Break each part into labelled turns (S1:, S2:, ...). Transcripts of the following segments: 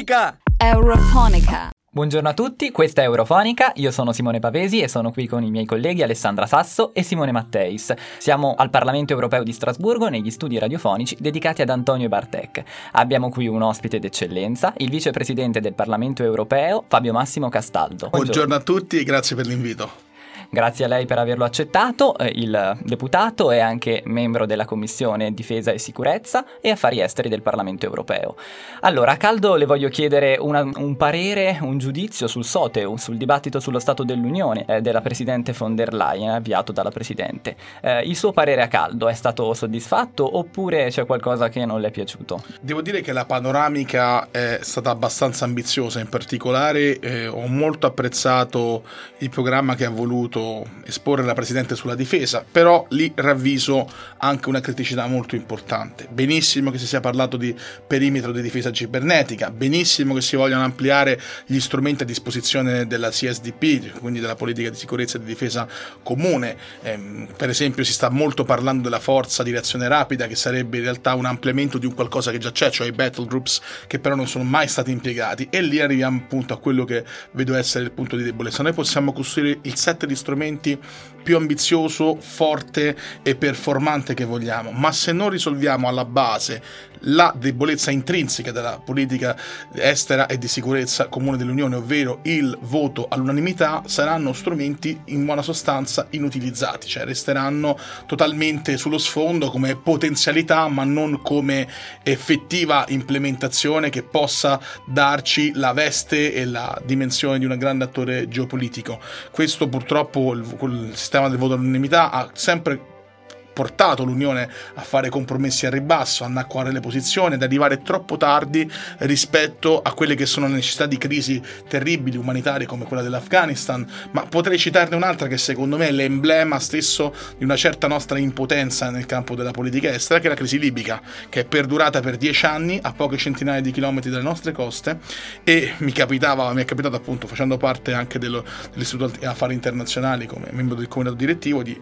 S1: Eurofonica!
S2: Eurofonica.
S3: Buongiorno a tutti, questa è Eurofonica, io sono Simone Pavesi e sono qui con i miei colleghi Alessandra Sasso e Simone Matteis. Siamo al Parlamento Europeo di Strasburgo negli studi radiofonici dedicati ad Antonio Bartek. Abbiamo qui un ospite d'eccellenza, il vicepresidente del Parlamento Europeo, Fabio Massimo Castaldo.
S4: Buongiorno a tutti e grazie per l'invito.
S3: Grazie a lei per averlo accettato. Il deputato è anche membro della Commissione Difesa e Sicurezza e Affari Esteri del Parlamento Europeo. Allora, a caldo le voglio chiedere un parere, un giudizio sul SOTEU, sul dibattito sullo Stato dell'Unione della Presidente von der Leyen, avviato dalla Presidente. Il suo parere a caldo è stato soddisfatto oppure c'è qualcosa che non le è piaciuto?
S4: Devo dire che la panoramica è stata abbastanza ambiziosa, in particolare ho molto apprezzato il programma che ha voluto esporre la Presidente sulla difesa, però lì ravviso anche una criticità molto importante. Benissimo che si sia parlato di perimetro di difesa cibernetica, benissimo che si vogliano ampliare gli strumenti a disposizione della CSDP, quindi della politica di sicurezza e di difesa comune. Per esempio si sta molto parlando della forza di reazione rapida, che sarebbe in realtà un ampliamento di un qualcosa che già c'è, cioè i battle groups, che però non sono mai stati impiegati, e lì arriviamo appunto a quello che vedo essere il punto di debolezza. Noi possiamo costruire il set di strumenti più ambizioso, forte e performante che vogliamo, ma se non risolviamo alla base la debolezza intrinseca della politica estera e di sicurezza comune dell'Unione, ovvero il voto all'unanimità, saranno strumenti in buona sostanza inutilizzati, cioè resteranno totalmente sullo sfondo come potenzialità, ma non come effettiva implementazione che possa darci la veste e la dimensione di un grande attore geopolitico. Questo purtroppo il sistema del voto all'unanimità ha sempre portato l'Unione a fare compromessi a ribasso, a annacquare le posizioni, ad arrivare troppo tardi rispetto a quelle che sono le necessità di crisi terribili umanitarie come quella dell'Afghanistan, ma potrei citarne un'altra che secondo me è l'emblema stesso di una certa nostra impotenza nel campo della politica estera, che è la crisi libica, che è perdurata per 10 anni a poche centinaia di chilometri dalle nostre coste, e mi è capitato appunto, facendo parte anche dell'Istituto Affari Internazionali come membro del comitato direttivo, di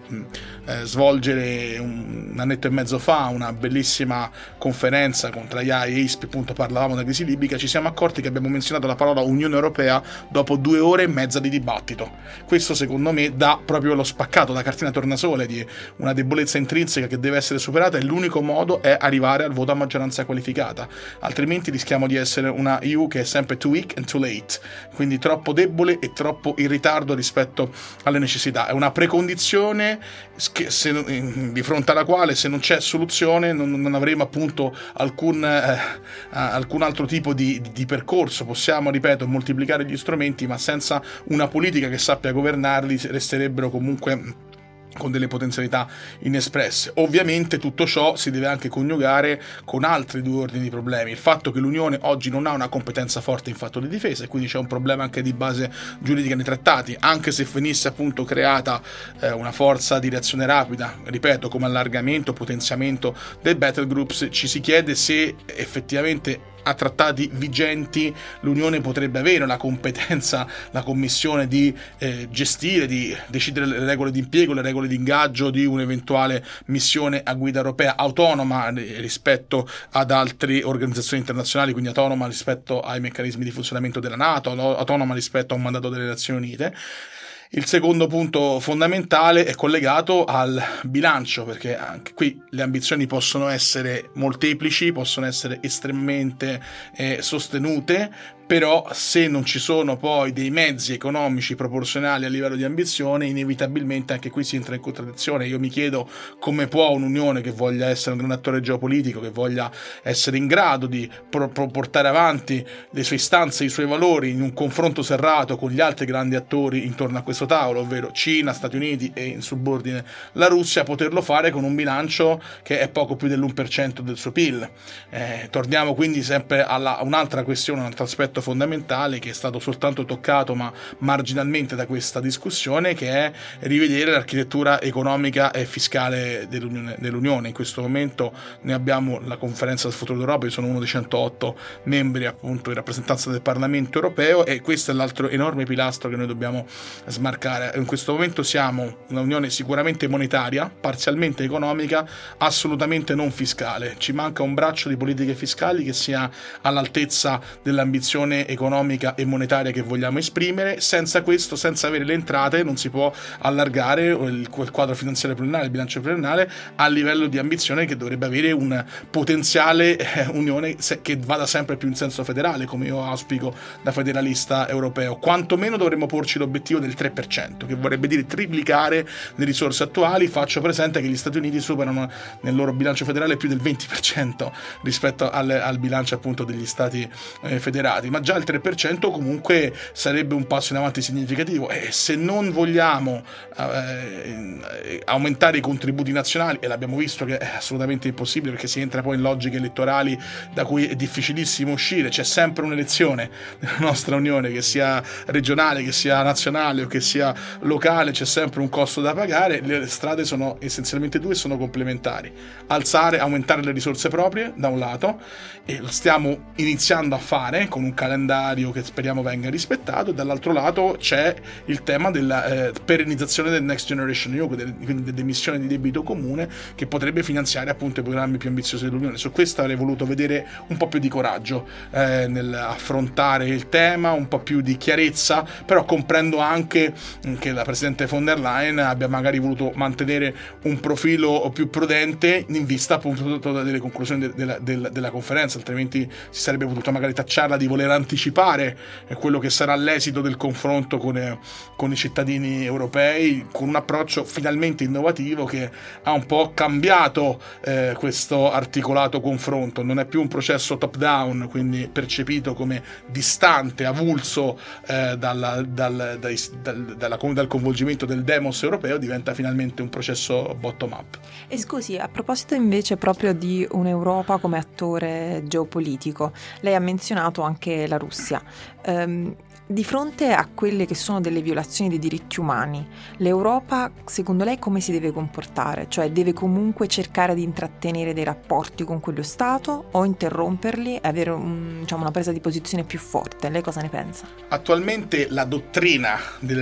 S4: svolgere un annetto e mezzo fa una bellissima conferenza con tra IAI e ISPI, appunto parlavamo della crisi libica. Ci siamo accorti che abbiamo menzionato la parola Unione Europea dopo 2 ore e mezza di dibattito. Questo secondo me dà proprio lo spaccato, la cartina tornasole di una debolezza intrinseca che deve essere superata, e l'unico modo è arrivare al voto a maggioranza qualificata, altrimenti rischiamo di essere una EU che è sempre too weak and too late, quindi troppo debole e troppo in ritardo rispetto alle necessità. È una precondizione che di fronte alla quale, se non c'è soluzione, non avremo appunto alcun altro tipo di percorso. Possiamo, ripeto, moltiplicare gli strumenti, ma senza una politica che sappia governarli resterebbero comunque con delle potenzialità inespresse. Ovviamente tutto ciò si deve anche coniugare con altri 2 ordini di problemi: il fatto che l'Unione oggi non ha una competenza forte in fatto di difesa, e quindi c'è un problema anche di base giuridica nei trattati. Anche se venisse appunto creata una forza di reazione rapida, ripeto, come allargamento, potenziamento del battle groups, ci si chiede se effettivamente a trattati vigenti l'Unione potrebbe avere la competenza, la commissione di gestire, di decidere le regole di impiego, le regole di ingaggio di un'eventuale missione a guida europea, autonoma rispetto ad altre organizzazioni internazionali, quindi autonoma rispetto ai meccanismi di funzionamento della NATO, autonoma rispetto a un mandato delle Nazioni Unite. Il secondo punto fondamentale è collegato al bilancio, perché anche qui le ambizioni possono essere molteplici, possono essere estremamente sostenute, però se non ci sono poi dei mezzi economici proporzionali a livello di ambizione, inevitabilmente anche qui si entra in contraddizione. Io mi chiedo come può un'Unione che voglia essere un grande attore geopolitico, che voglia essere in grado di portare avanti le sue istanze, i suoi valori in un confronto serrato con gli altri grandi attori intorno a questo tavolo, ovvero Cina, Stati Uniti e in subordine la Russia, poterlo fare con un bilancio che è poco più dell'1% del suo PIL. Torniamo quindi sempre a un'altra questione, un altro aspetto aspetto fondamentale che è stato soltanto toccato ma marginalmente da questa discussione, che è rivedere l'architettura economica e fiscale dell'Unione. In questo momento noi abbiamo la conferenza del futuro d'Europa, io sono uno dei 108 membri appunto in rappresentanza del Parlamento europeo, e questo è l'altro enorme pilastro che noi dobbiamo smarcare. In questo momento siamo un'unione sicuramente monetaria, parzialmente economica, assolutamente non fiscale. Ci manca un braccio di politiche fiscali che sia all'altezza dell'ambizione economica e monetaria che vogliamo esprimere. Senza questo, senza avere le entrate, non si può allargare il quadro finanziario pluriennale, il bilancio pluriennale, a livello di ambizione che dovrebbe avere un potenziale unione che vada sempre più in senso federale, come io auspico da federalista europeo. Quantomeno dovremmo porci l'obiettivo del 3%, che vorrebbe dire triplicare le risorse attuali. Faccio presente che gli Stati Uniti superano nel loro bilancio federale più del 20% rispetto al bilancio appunto degli Stati federati, ma già il 3% comunque sarebbe un passo in avanti significativo. E se non vogliamo aumentare i contributi nazionali, e l'abbiamo visto che è assolutamente impossibile, perché si entra poi in logiche elettorali da cui è difficilissimo uscire, c'è sempre un'elezione nella nostra Unione, che sia regionale, che sia nazionale o che sia locale, c'è sempre un costo da pagare. Le strade sono essenzialmente due, sono complementari: aumentare le risorse proprie da un lato, e lo stiamo iniziando a fare con un calendario che speriamo venga rispettato, e dall'altro lato c'è il tema della perennizzazione del Next Generation EU, quindi dell'emissione di debito comune, che potrebbe finanziare appunto i programmi più ambiziosi dell'Unione. Su questo avrei voluto vedere un po' più di coraggio nell'affrontare il tema, un po' più di chiarezza, però comprendo anche che la Presidente von der Leyen abbia magari voluto mantenere un profilo più prudente in vista appunto delle conclusioni della conferenza, altrimenti si sarebbe potuto magari tacciarla di voler anticipare quello che sarà l'esito del confronto con i cittadini europei, con un approccio finalmente innovativo che ha un po' cambiato questo articolato confronto. Non è più un processo top down, quindi percepito come distante, avulso dal coinvolgimento del demos europeo, diventa finalmente un processo bottom up.
S1: E scusi, a proposito invece proprio di un'Europa come attore geopolitico, lei ha menzionato anche la Russia. Di fronte a quelle che sono delle violazioni dei diritti umani, l'Europa, secondo lei, come si deve comportare? Cioè, deve comunque cercare di intrattenere dei rapporti con quello Stato o interromperli e avere una presa di posizione più forte? Lei cosa ne pensa?
S4: Attualmente la dottrina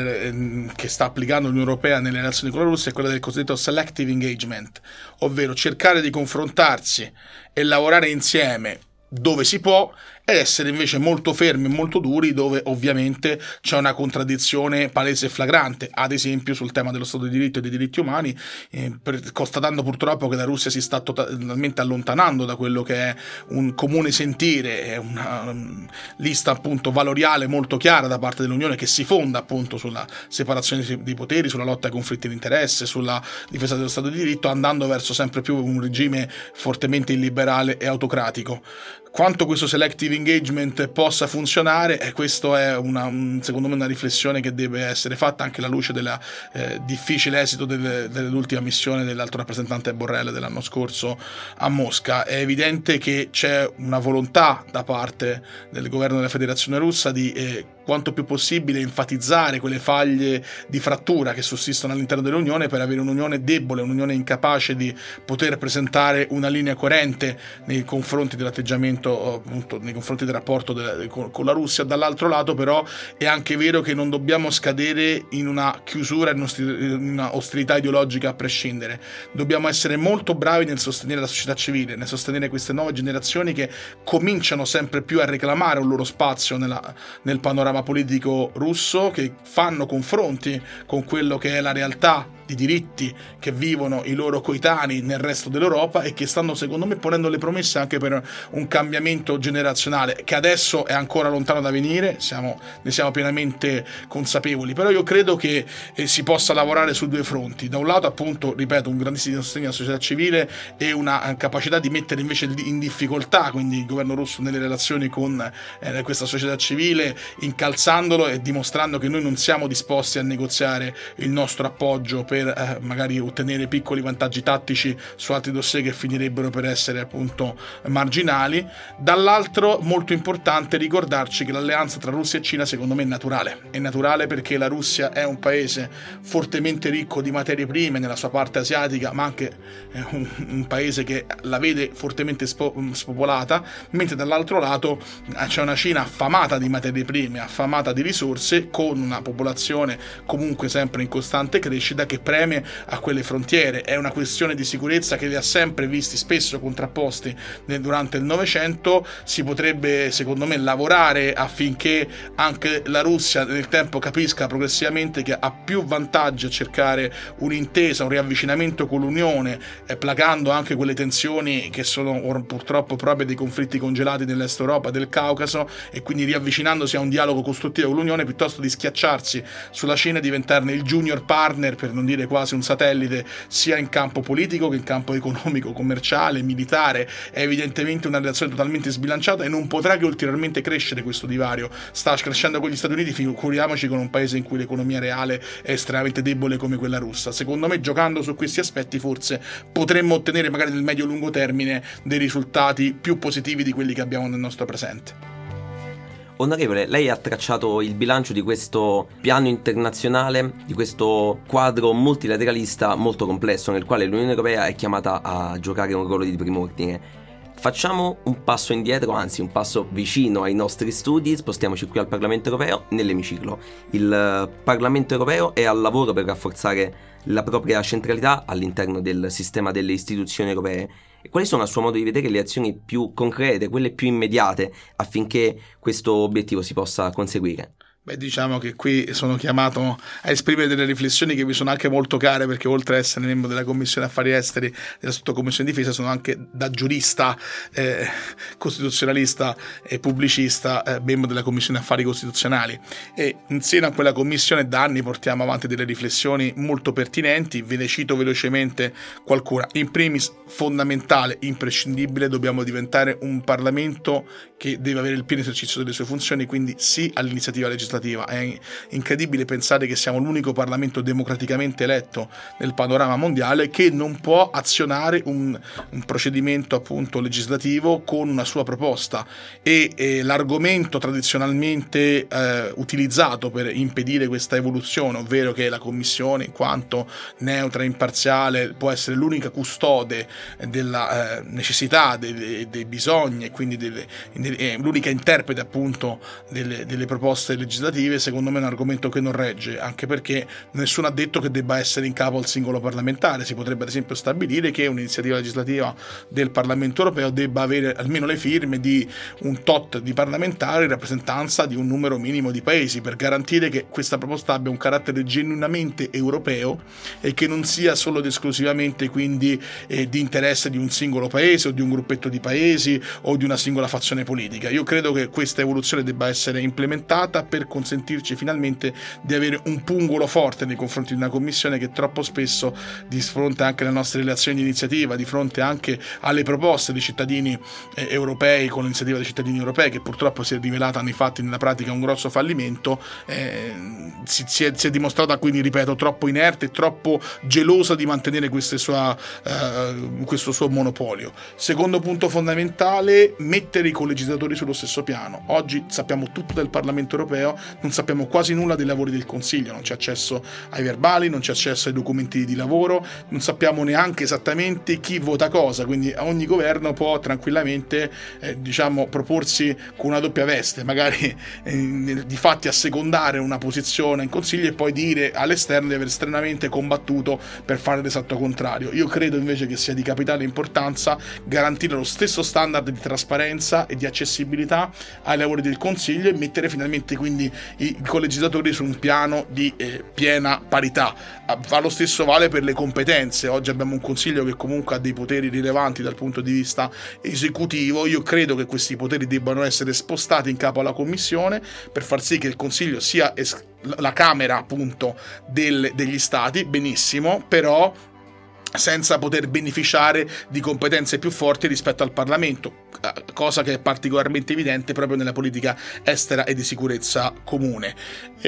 S4: che sta applicando l'Unione Europea nelle relazioni con la Russia è quella del cosiddetto selective engagement, ovvero cercare di confrontarsi e lavorare insieme dove si può, ed essere invece molto fermi e molto duri dove ovviamente c'è una contraddizione palese e flagrante, ad esempio sul tema dello Stato di diritto e dei diritti umani, constatando purtroppo che la Russia si sta totalmente allontanando da quello che è un comune sentire e una lista appunto valoriale molto chiara da parte dell'Unione, che si fonda appunto sulla separazione dei poteri, sulla lotta ai conflitti di interesse, sulla difesa dello Stato di diritto, andando verso sempre più un regime fortemente illiberale e autocratico. Quanto questo selective engagement possa funzionare, questo è secondo me una riflessione che deve essere fatta anche alla luce del difficile esito dell'ultima missione dell'alto rappresentante Borrell dell'anno scorso a Mosca. È evidente che c'è una volontà da parte del governo della Federazione Russa di quanto più possibile enfatizzare quelle faglie di frattura che sussistono all'interno dell'Unione, per avere un'unione debole, un'unione incapace di poter presentare una linea coerente nei confronti dell'atteggiamento, appunto, nei confronti del rapporto con la Russia. Dall'altro lato però è anche vero che non dobbiamo scadere in una chiusura, in una ostilità ideologica a prescindere. Dobbiamo essere molto bravi nel sostenere la società civile, nel sostenere queste nuove generazioni che cominciano sempre più a reclamare un loro spazio nel panorama politico russo, che fanno confronti con quello che è la realtà di diritti che vivono i loro coetanei nel resto dell'Europa, e che stanno secondo me ponendo le promesse anche per un cambiamento generazionale che adesso è ancora lontano da venire, ne siamo pienamente consapevoli, però io credo che si possa lavorare su due fronti: da un lato appunto, ripeto, un grandissimo sostegno alla società civile e una capacità di mettere invece in difficoltà quindi il governo russo nelle relazioni con questa società civile, incalzandolo e dimostrando che noi non siamo disposti a negoziare il nostro appoggio per per magari ottenere piccoli vantaggi tattici su altri dossier che finirebbero per essere appunto marginali. Dall'altro, molto importante ricordarci che l'alleanza tra Russia e Cina secondo me è naturale perché la Russia è un paese fortemente ricco di materie prime nella sua parte asiatica, ma anche un paese che la vede fortemente spopolata, mentre dall'altro lato c'è una Cina affamata di materie prime, affamata di risorse, con una popolazione comunque sempre in costante crescita che preme a quelle frontiere. È una questione di sicurezza che li ha sempre visti spesso contrapposti durante il Novecento. Si potrebbe secondo me lavorare affinché anche la Russia nel tempo capisca progressivamente che ha più vantaggi a cercare un'intesa, un riavvicinamento con l'Unione, placando anche quelle tensioni che sono purtroppo proprio dei conflitti congelati nell'Est Europa, del Caucaso, e quindi riavvicinandosi a un dialogo costruttivo con l'Unione piuttosto di schiacciarsi sulla Cina e diventarne il junior partner, per non dire quasi un satellite, sia in campo politico che in campo economico, commerciale, militare. È evidentemente una relazione totalmente sbilanciata e non potrà che ulteriormente crescere questo divario. Sta crescendo con gli Stati Uniti, figuriamoci con un paese in cui l'economia reale è estremamente debole come quella russa. Secondo me, giocando su questi aspetti, forse potremmo ottenere magari nel medio-lungo termine dei risultati più positivi di quelli che abbiamo nel nostro presente.
S2: Onorevole, lei ha tracciato il bilancio di questo piano internazionale, di questo quadro multilateralista molto complesso nel quale l'Unione Europea è chiamata a giocare un ruolo di primo ordine. Facciamo un passo indietro, anzi un passo vicino ai nostri studi, spostiamoci qui al Parlamento Europeo, nell'emiciclo. Il Parlamento Europeo è al lavoro per rafforzare la propria centralità all'interno del sistema delle istituzioni europee. E quali sono a suo modo di vedere le azioni più concrete, quelle più immediate, affinché questo obiettivo si possa conseguire?
S4: Beh, diciamo che qui sono chiamato a esprimere delle riflessioni che mi sono anche molto care, perché oltre ad essere membro della Commissione Affari Esteri della Sottocommissione Difesa, sono anche da giurista, costituzionalista e pubblicista, membro della Commissione Affari Costituzionali, e in seno a quella commissione da anni portiamo avanti delle riflessioni molto pertinenti. Ve ne cito velocemente qualcuna. In primis, fondamentale, imprescindibile, dobbiamo diventare un Parlamento che deve avere il pieno esercizio delle sue funzioni, quindi sì all'iniziativa legislativa. È incredibile pensare che siamo l'unico Parlamento democraticamente eletto nel panorama mondiale che non può azionare un procedimento appunto legislativo con una sua proposta, e l'argomento tradizionalmente utilizzato per impedire questa evoluzione, ovvero che la Commissione in quanto neutra e imparziale può essere l'unica custode della necessità, dei bisogni, e quindi l'unica interprete appunto delle proposte legislative, secondo me è un argomento che non regge, anche perché nessuno ha detto che debba essere in capo al singolo parlamentare. Si potrebbe ad esempio stabilire che un'iniziativa legislativa del Parlamento europeo debba avere almeno le firme di un tot di parlamentari in rappresentanza di un numero minimo di paesi, per garantire che questa proposta abbia un carattere genuinamente europeo e che non sia solo ed esclusivamente quindi di interesse di un singolo paese o di un gruppetto di paesi o di una singola fazione politica. Io credo che questa evoluzione debba essere implementata per consentirci finalmente di avere un pungolo forte nei confronti di una commissione che troppo spesso, di fronte anche alle nostre relazioni di iniziativa, di fronte anche alle proposte dei cittadini europei con l'iniziativa dei cittadini europei, che purtroppo si è rivelata nei fatti nella pratica un grosso fallimento, si è dimostrata quindi, ripeto, troppo inerte e troppo gelosa di mantenere questo suo monopolio. Secondo punto fondamentale, mettere i colegislatori sullo stesso piano. Oggi sappiamo tutto del Parlamento europeo, non sappiamo quasi nulla dei lavori del Consiglio, non c'è accesso ai verbali, non c'è accesso ai documenti di lavoro, non sappiamo neanche esattamente chi vota cosa, quindi ogni governo può tranquillamente proporsi con una doppia veste, magari di fatti assecondare una posizione in Consiglio e poi dire all'esterno di aver esternamente combattuto per fare l'esatto contrario. Io credo invece che sia di capitale importanza garantire lo stesso standard di trasparenza e di accessibilità ai lavori del Consiglio e mettere finalmente quindi i colegislatori su un piano di piena parità. Lo stesso vale per le competenze. Oggi abbiamo un Consiglio che comunque ha dei poteri rilevanti dal punto di vista esecutivo. Io credo che questi poteri debbano essere spostati in capo alla Commissione per far sì che il Consiglio sia la Camera appunto degli Stati, benissimo, però senza poter beneficiare di competenze più forti rispetto al Parlamento, cosa che è particolarmente evidente proprio nella politica estera e di sicurezza comune.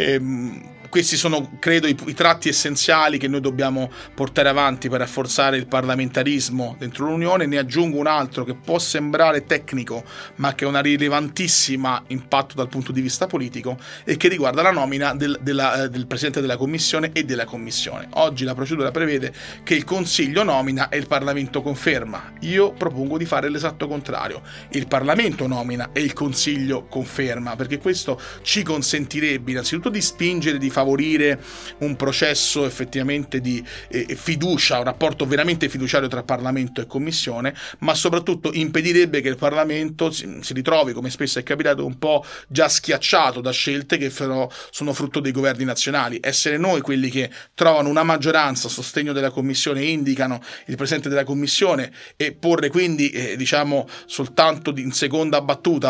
S4: Questi sono, credo, i tratti essenziali che noi dobbiamo portare avanti per rafforzare il parlamentarismo dentro l'Unione. Ne aggiungo un altro che può sembrare tecnico, ma che ha una rilevantissima impatto dal punto di vista politico, e che riguarda la nomina del Presidente della Commissione e della Commissione. Oggi la procedura prevede che il Consiglio nomina e il Parlamento conferma. Io propongo di fare l'esatto contrario: il Parlamento nomina e il Consiglio conferma, perché questo ci consentirebbe innanzitutto di spingere, di favorire un processo effettivamente di fiducia, un rapporto veramente fiduciario tra Parlamento e Commissione, ma soprattutto impedirebbe che il Parlamento si ritrovi, come spesso è capitato, un po' già schiacciato da scelte che sono frutto dei governi nazionali. Essere noi quelli che trovano una maggioranza a sostegno della Commissione e indicano il Presidente della Commissione, e porre quindi diciamo soltanto in seconda battuta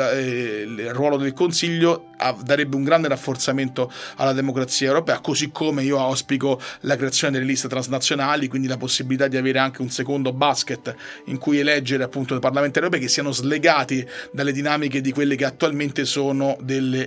S4: il ruolo del Consiglio, darebbe un grande rafforzamento alla democrazia europea, così come io auspico la creazione delle liste transnazionali, quindi la possibilità di avere anche un secondo basket in cui eleggere appunto i parlamentari europei, che siano slegati dalle dinamiche di quelle che attualmente sono delle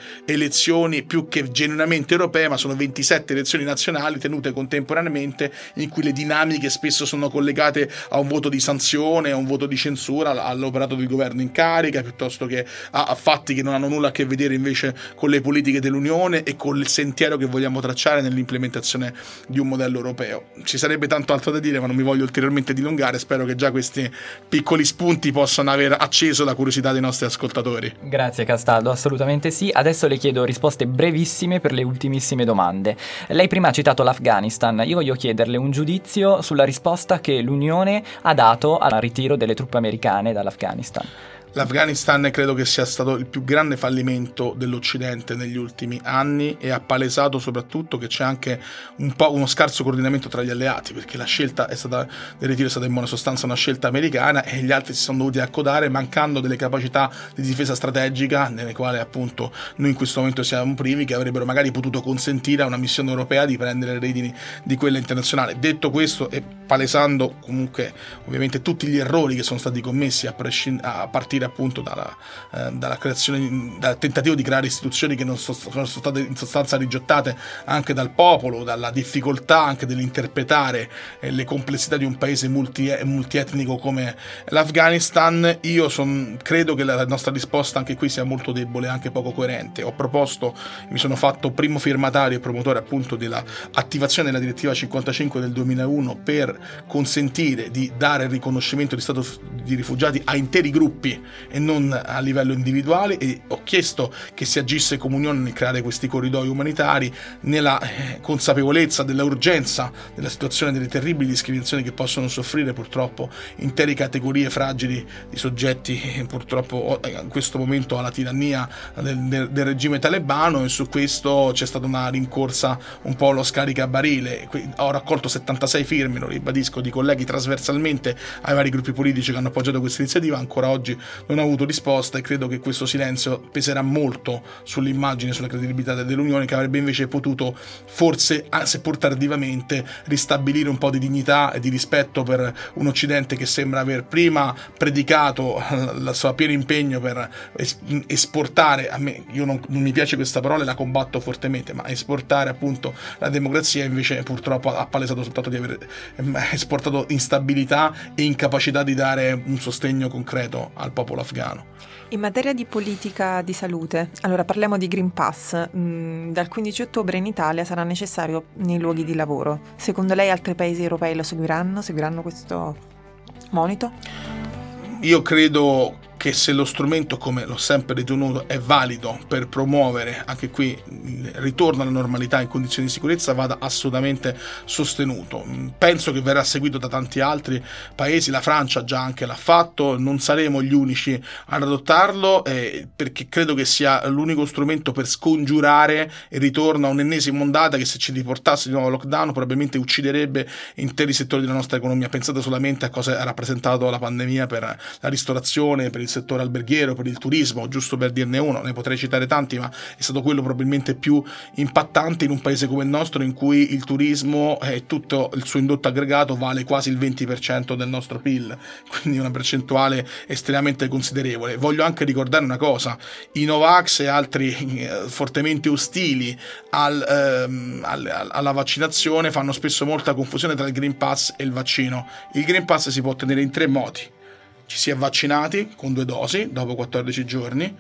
S4: elezioni più che genuinamente europee, ma sono 27 elezioni nazionali tenute contemporaneamente, in cui le dinamiche spesso sono collegate a un voto di sanzione, a un voto di censura all'operato del governo in carica, piuttosto che a fatti che non hanno nulla a che vedere invece con le politiche dell'Unione e con il sentiero che vogliamo tracciare nell'implementazione di un modello europeo. Ci sarebbe tanto altro da dire, ma non mi voglio ulteriormente dilungare. Spero che già questi piccoli spunti possano aver acceso la curiosità dei nostri ascoltatori.
S3: Grazie Castaldo, assolutamente sì. Adesso le chiedo risposte brevissime per le ultimissime domande. Lei prima ha citato l'Afghanistan, io voglio chiederle un giudizio sulla risposta che l'Unione ha dato al ritiro delle truppe americane dall'Afghanistan.
S4: L'Afghanistan credo che sia stato il più grande fallimento dell'Occidente negli ultimi anni, e ha palesato soprattutto che c'è anche un po' uno scarso coordinamento tra gli alleati, perché la scelta del ritiro è stata in buona sostanza una scelta americana, e gli altri si sono dovuti accodare, mancando delle capacità di difesa strategica nelle quali appunto noi in questo momento siamo privi, che avrebbero magari potuto consentire a una missione europea di prendere le redini di quella internazionale. Detto questo, e palesando comunque ovviamente tutti gli errori che sono stati commessi a partire appunto dalla creazione, dal tentativo di creare istituzioni che non sono state in sostanza rigettate anche dal popolo, dalla difficoltà anche dell'interpretare le complessità di un paese multietnico come l'Afghanistan, io credo che la nostra risposta anche qui sia molto debole e anche poco coerente. Ho proposto, mi sono fatto primo firmatario e promotore appunto della attivazione della direttiva 55 del 2001 per consentire di dare il riconoscimento di stato di rifugiati a interi gruppi e non a livello individuale, e ho chiesto che si agisse come Unione nel creare questi corridoi umanitari, nella consapevolezza dell'urgenza della situazione, delle terribili discriminazioni che possono soffrire purtroppo intere categorie fragili di soggetti purtroppo in questo momento alla tirannia del regime talebano. E su questo c'è stata una rincorsa un po' allo scaricabarile. Ho raccolto 76 firme, lo ribadisco, di colleghi trasversalmente ai vari gruppi politici che hanno appoggiato questa iniziativa. Ancora oggi non ha avuto risposta, e credo che questo silenzio peserà molto sull'immagine, sulla credibilità dell'Unione, che avrebbe invece potuto forse, seppur tardivamente, ristabilire un po' di dignità e di rispetto per un Occidente che sembra aver prima predicato il suo pieno impegno per esportare, a me non mi piace questa parola e la combatto fortemente, ma esportare appunto la democrazia, invece purtroppo ha palesato soltanto di aver esportato instabilità e incapacità di dare un sostegno concreto al popolo afghano.
S1: In materia di politica di salute, allora parliamo di Green Pass. Dal 15 ottobre in Italia sarà necessario nei luoghi di lavoro. Secondo lei altri paesi europei lo seguiranno? Seguiranno questo monito?
S4: Io credo che se lo strumento, come l'ho sempre ritenuto, è valido per promuovere anche qui il ritorno alla normalità in condizioni di sicurezza, vada assolutamente sostenuto. Penso che verrà seguito da tanti altri paesi, la Francia già anche l'ha fatto, non saremo gli unici ad adottarlo, perché credo che sia l'unico strumento per scongiurare il ritorno a un'ennesima ondata che, se ci riportasse di nuovo al lockdown, probabilmente ucciderebbe interi settori della nostra economia. Pensate solamente a cosa ha rappresentato la pandemia per la ristorazione, per il settore alberghiero, per il turismo, giusto per dirne uno, ne potrei citare tanti, ma è stato quello probabilmente più impattante in un paese come il nostro, in cui il turismo e tutto il suo indotto aggregato vale quasi il 20% del nostro PIL, quindi una percentuale estremamente considerevole. Voglio anche ricordare una cosa: i Novax e altri fortemente ostili alla vaccinazione fanno spesso molta confusione tra il Green Pass e il vaccino. Il Green Pass si può ottenere in 3 modi: ci si è vaccinati con 2 dosi dopo 14 giorni,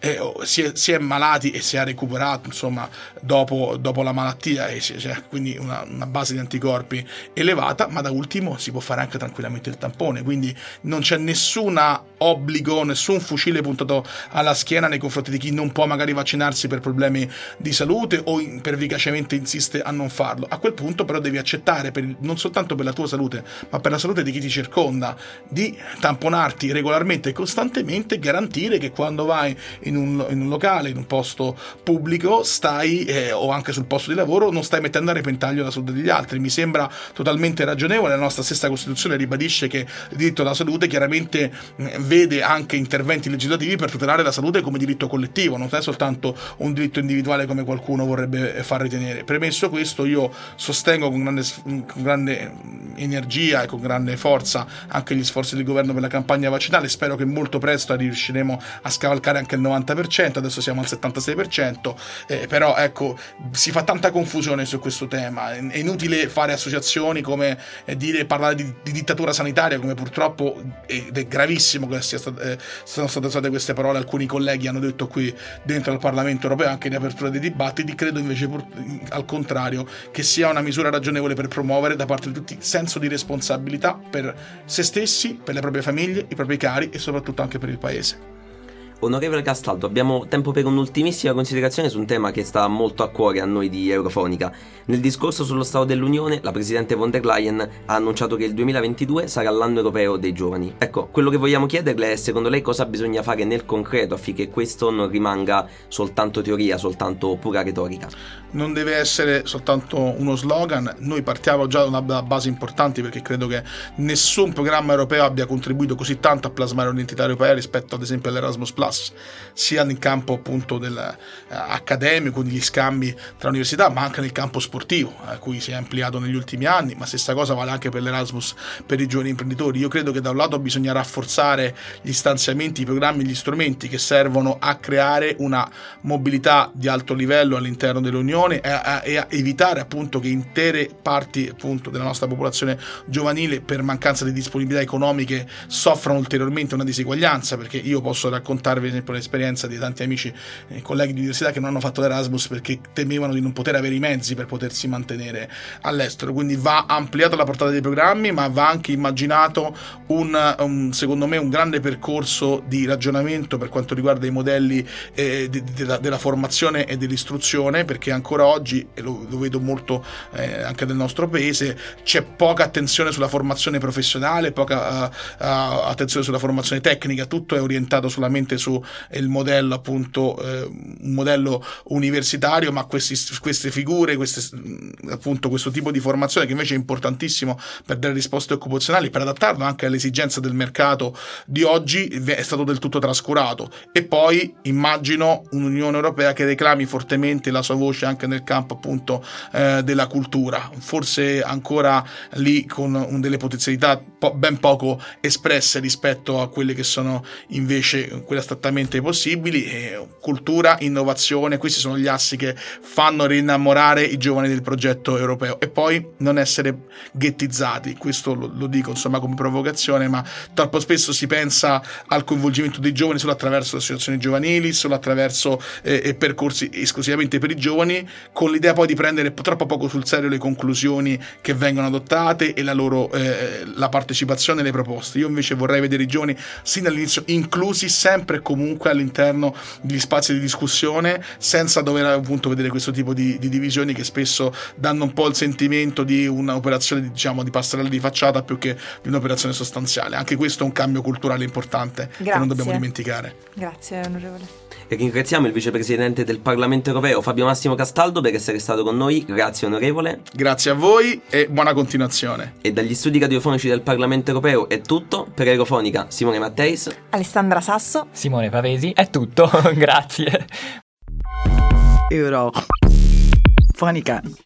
S4: si è malati e si è recuperato, insomma, dopo la malattia, e quindi una base di anticorpi elevata, ma da ultimo si può fare anche tranquillamente il tampone, quindi non c'è nessun obbligo, nessun fucile puntato alla schiena nei confronti di chi non può magari vaccinarsi per problemi di salute o pervicacemente insiste a non farlo. A quel punto però devi accettare, non soltanto per la tua salute, ma per la salute di chi ti circonda, di tamponarti regolarmente e costantemente, e garantire che quando vai in un locale, in un posto pubblico, stai o anche sul posto di lavoro, non stai mettendo a repentaglio la salute degli altri. Mi sembra totalmente ragionevole. La nostra stessa Costituzione ribadisce che il diritto alla salute chiaramente vede anche interventi legislativi per tutelare la salute come diritto collettivo, non è soltanto un diritto individuale come qualcuno vorrebbe far ritenere. Premesso questo, io sostengo con grande energia e con grande forza anche gli sforzi del governo per la campagna vaccinale. Spero che molto presto riusciremo a scavalcare anche il 90%, adesso siamo al 76%, però ecco, si fa tanta confusione su questo tema. È inutile fare associazioni come parlare di dittatura sanitaria, come purtroppo, ed è gravissimo che siano state usate queste parole, alcuni colleghi hanno detto qui dentro al Parlamento europeo, anche in apertura dei dibattiti. Credo invece al contrario che sia una misura ragionevole per promuovere da parte di tutti senso di responsabilità per se stessi, per le proprie famiglie, i propri cari e soprattutto anche per il Paese.
S2: Onorevole Castaldo, abbiamo tempo per un'ultimissima considerazione su un tema che sta molto a cuore a noi di Eurofonica. Nel discorso sullo Stato dell'Unione, la Presidente von der Leyen ha annunciato che il 2022 sarà l'anno europeo dei giovani. Ecco, quello che vogliamo chiederle è, secondo lei, cosa bisogna fare nel concreto affinché questo non rimanga soltanto teoria, soltanto pura retorica?
S4: Non deve essere soltanto uno slogan. Noi partiamo già da una base importante, perché credo che nessun programma europeo abbia contribuito così tanto a plasmare un'identità europea rispetto ad esempio all'Erasmus+, sia nel campo appunto accademico, negli scambi tra università, ma anche nel campo sportivo, a cui si è ampliato negli ultimi anni. Ma stessa cosa vale anche per l'Erasmus per i giovani imprenditori. Io credo che da un lato bisogna rafforzare gli stanziamenti, i programmi, gli strumenti che servono a creare una mobilità di alto livello all'interno dell'Unione e a evitare appunto che intere parti appunto della nostra popolazione giovanile, per mancanza di disponibilità economiche, soffrano ulteriormente una diseguaglianza. Perché io posso raccontarvi ad esempio l'esperienza di tanti amici e colleghi di università che non hanno fatto l'Erasmus perché temevano di non poter avere i mezzi per potersi mantenere all'estero. Quindi va ampliata la portata dei programmi, ma va anche immaginato secondo me un grande percorso di ragionamento per quanto riguarda i modelli della formazione e dell'istruzione, perché ancora oggi, e lo vedo molto anche nel nostro paese, c'è poca attenzione sulla formazione professionale, poca attenzione sulla formazione tecnica. Tutto è orientato solamente su il modello appunto un modello universitario, ma queste figure, appunto questo tipo di formazione, che invece è importantissimo per dare risposte occupazionali, per adattarlo anche alle esigenze del mercato di oggi, è stato del tutto trascurato. E poi immagino un'Unione Europea che reclami fortemente la sua voce anche nel campo appunto della cultura, forse ancora lì con delle potenzialità ben poco espresse rispetto a quelle che sono invece quelle astrattamente possibili. Cultura, innovazione, questi sono gli assi che fanno rinnamorare i giovani del progetto europeo. E poi non essere ghettizzati, questo lo dico insomma come provocazione, ma troppo spesso si pensa al coinvolgimento dei giovani solo attraverso le associazioni giovanili, solo attraverso percorsi esclusivamente per i giovani, con l'idea poi di prendere troppo poco sul serio le conclusioni che vengono adottate e la partecipazione alle proposte. Io invece vorrei vedere i giovani sin dall'inizio inclusi sempre e comunque all'interno degli spazi di discussione, senza dover appunto vedere questo tipo di divisioni che spesso danno un po' il sentimento di un'operazione diciamo di passerella di facciata più che di un'operazione sostanziale. Anche questo è un cambio culturale importante che non dobbiamo dimenticare.
S1: Grazie onorevole.
S2: e ringraziamo il vicepresidente del Parlamento Europeo Fabio Massimo Castaldo per essere stato con noi. Grazie onorevole.
S4: Grazie a voi e buona continuazione.
S2: E dagli studi radiofonici del Parlamento Europeo è tutto. Per Aerofonica Simone Matteis,
S1: Alessandra Sasso,
S3: Simone Pavesi, è tutto. Grazie.
S5: Eurofonica.